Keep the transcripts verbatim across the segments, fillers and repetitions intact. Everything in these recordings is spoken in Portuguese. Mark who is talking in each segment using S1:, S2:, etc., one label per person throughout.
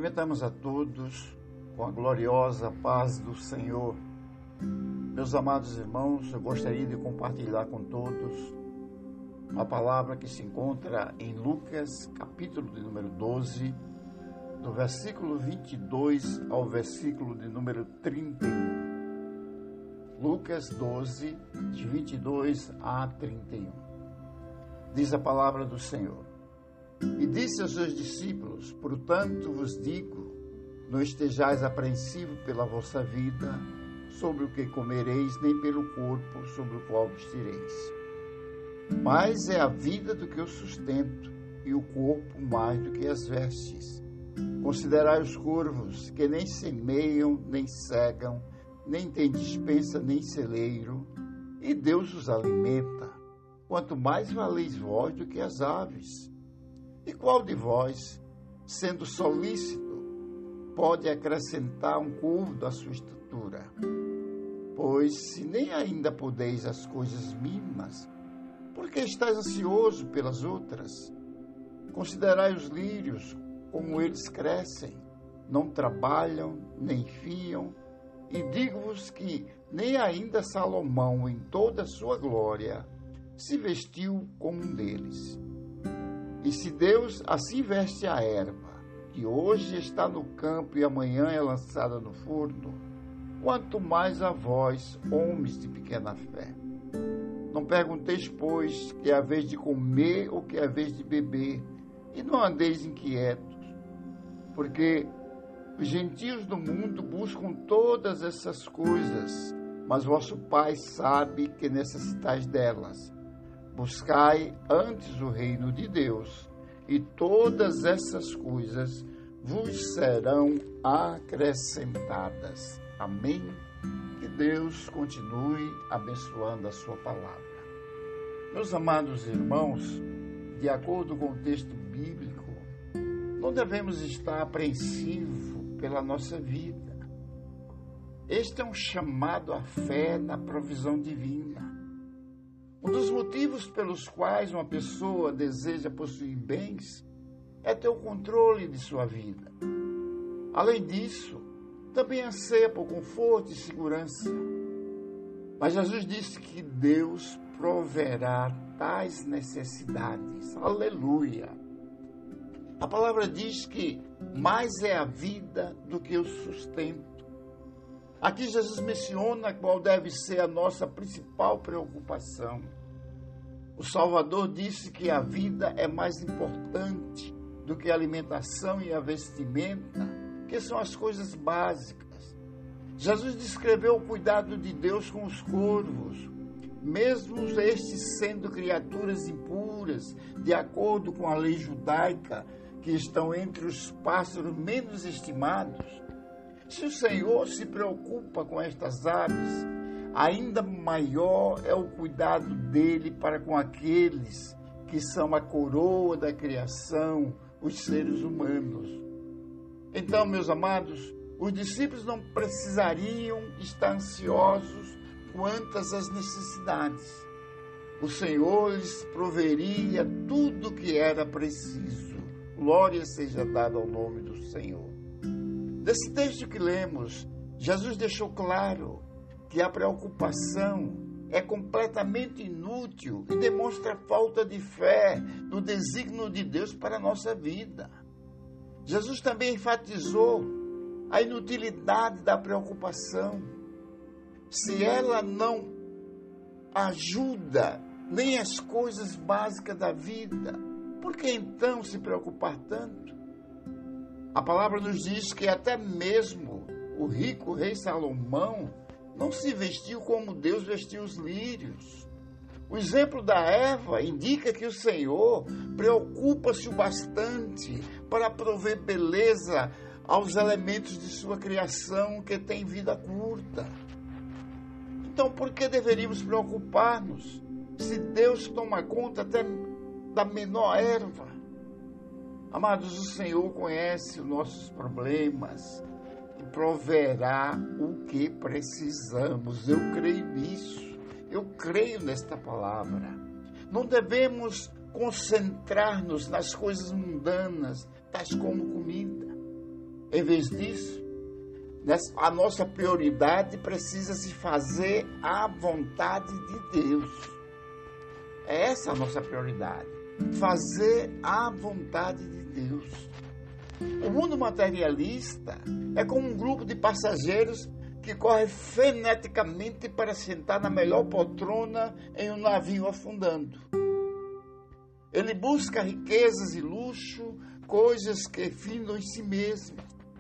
S1: Cumprimentamos a todos com a gloriosa paz do Senhor. Meus amados irmãos, eu gostaria de compartilhar com todos uma palavra que se encontra em Lucas, capítulo de número doze, do versículo vinte e dois ao versículo de número trinta e um. Lucas doze, de vinte e dois a trinta e um. Diz a palavra do Senhor. E disse aos seus discípulos: portanto vos digo, não estejais apreensivos pela vossa vida, sobre o que comereis, nem pelo corpo, sobre o qual vestireis. Mais é a vida do que o sustento, e o corpo mais do que as vestes. Considerai os corvos, que nem semeiam, nem cegam, nem têm despensa, nem celeiro, e Deus os alimenta. Quanto mais valeis vós do que as aves. E qual de vós, sendo solícito, pode acrescentar um côvado à sua estatura? Pois, se nem ainda podeis as coisas mínimas, por que estáis ansioso pelas outras? Considerai os lírios, como eles crescem, não trabalham, nem fiam, e digo-vos que nem ainda Salomão, em toda a sua glória, se vestiu como um deles. E se Deus assim veste a erva, que hoje está no campo e amanhã é lançada no forno, quanto mais a vós, homens de pequena fé. Não pergunteis, pois, que é a vez de comer ou que é a vez de beber, e não andeis inquietos, porque os gentios do mundo buscam todas essas coisas, mas vosso Pai sabe que necessitais delas. Buscai antes o reino de Deus, e todas essas coisas vos serão acrescentadas. Amém? Que Deus continue abençoando a sua palavra. Meus amados irmãos, de acordo com o texto bíblico, não devemos estar apreensivos pela nossa vida. Este é um chamado à fé na provisão divina. Um dos motivos pelos quais uma pessoa deseja possuir bens é ter o controle de sua vida. Além disso, também anseia por conforto e segurança. Mas Jesus disse que Deus proverá tais necessidades. Aleluia! A palavra diz que mais é a vida do que o sustento. Aqui Jesus menciona qual deve ser a nossa principal preocupação. O Salvador disse que a vida é mais importante do que a alimentação e a vestimenta, que são as coisas básicas. Jesus descreveu o cuidado de Deus com os corvos, mesmo estes sendo criaturas impuras, de acordo com a lei judaica, que estão entre os pássaros menos estimados. Se o Senhor se preocupa com estas aves, ainda maior é o cuidado dele para com aqueles que são a coroa da criação, os seres humanos. Então, meus amados, os discípulos não precisariam estar ansiosos quanto às necessidades. O Senhor lhes proveria tudo o que era preciso. Glória seja dada ao nome do Senhor. Desse texto que lemos, Jesus deixou claro que a preocupação é completamente inútil e demonstra falta de fé no desígnio de Deus para a nossa vida. Jesus também enfatizou a inutilidade da preocupação. Se ela não ajuda nem as coisas básicas da vida, por que então se preocupar tanto? A palavra nos diz que até mesmo o rico rei Salomão não se vestiu como Deus vestiu os lírios. O exemplo da erva indica que o Senhor preocupa-se o bastante para prover beleza aos elementos de sua criação que têm vida curta. Então, por que deveríamos preocupar-nos se Deus toma conta até da menor erva? Amados, o Senhor conhece os nossos problemas e proverá o que precisamos. Eu creio nisso. Eu creio nesta palavra. Não devemos concentrar-nos nas coisas mundanas, tais como comida. Em vez disso, a nossa prioridade precisa se fazer a vontade de Deus. É essa a nossa prioridade. Fazer a vontade de Deus. O mundo materialista é como um grupo de passageiros que corre freneticamente para sentar na melhor poltrona em um navio afundando. Ele busca riquezas e luxo, coisas que findam em si mesmo.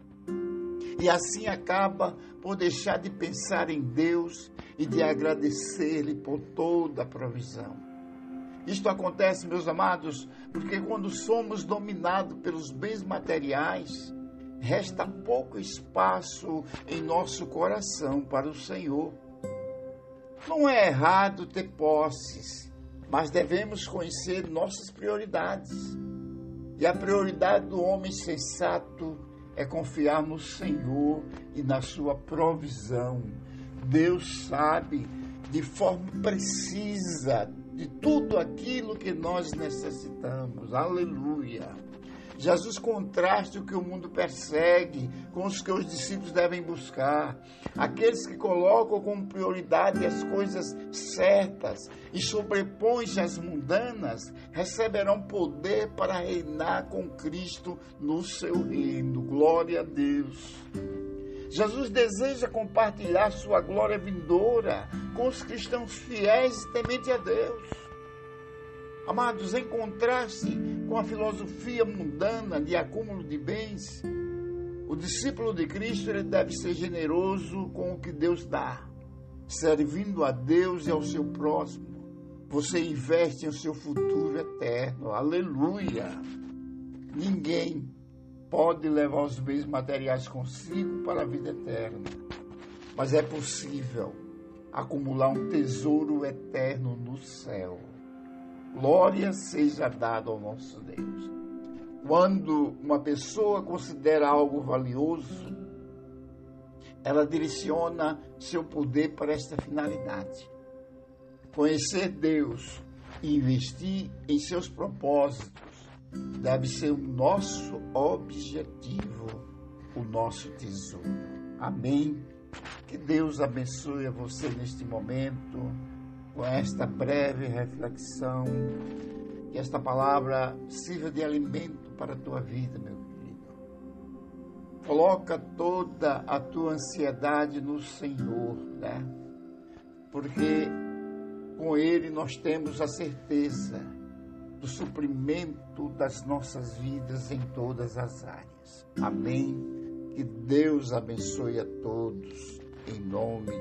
S1: E assim acaba por deixar de pensar em Deus e de agradecer-lhe por toda a provisão. Isto acontece, meus amados, porque quando somos dominados pelos bens materiais, resta pouco espaço em nosso coração para o Senhor. Não é errado ter posses, mas devemos conhecer nossas prioridades. E a prioridade do homem sensato é confiar no Senhor e na sua provisão. Deus sabe de forma precisa de tudo aquilo que nós necessitamos. Aleluia! Jesus contrasta o que o mundo persegue com os que os discípulos devem buscar. Aqueles que colocam como prioridade as coisas certas e sobrepõem-se às mundanas, receberão poder para reinar com Cristo no seu reino. Glória a Deus! Jesus deseja compartilhar sua glória vindoura com os cristãos fiéis e tementes a Deus. Amados, em contraste com a filosofia mundana de acúmulo de bens, o discípulo de Cristo ele deve ser generoso com o que Deus dá, servindo a Deus e ao seu próximo. Você investe em seu futuro eterno. Aleluia! Ninguém pode levar os bens materiais consigo para a vida eterna, mas é possível acumular um tesouro eterno no céu. Glória seja dada ao nosso Deus. Quando uma pessoa considera algo valioso, ela direciona seu poder para esta finalidade. Conhecer Deus e investir em seus propósitos deve ser o nosso objetivo, o nosso tesouro. Amém? Que Deus abençoe a você neste momento, com esta breve reflexão, que esta palavra sirva de alimento para a tua vida, meu querido. Coloca toda a tua ansiedade no Senhor, né? Porque com Ele nós temos a certeza do suprimento das nossas vidas em todas as áreas. Amém? Que Deus abençoe a todos, em nome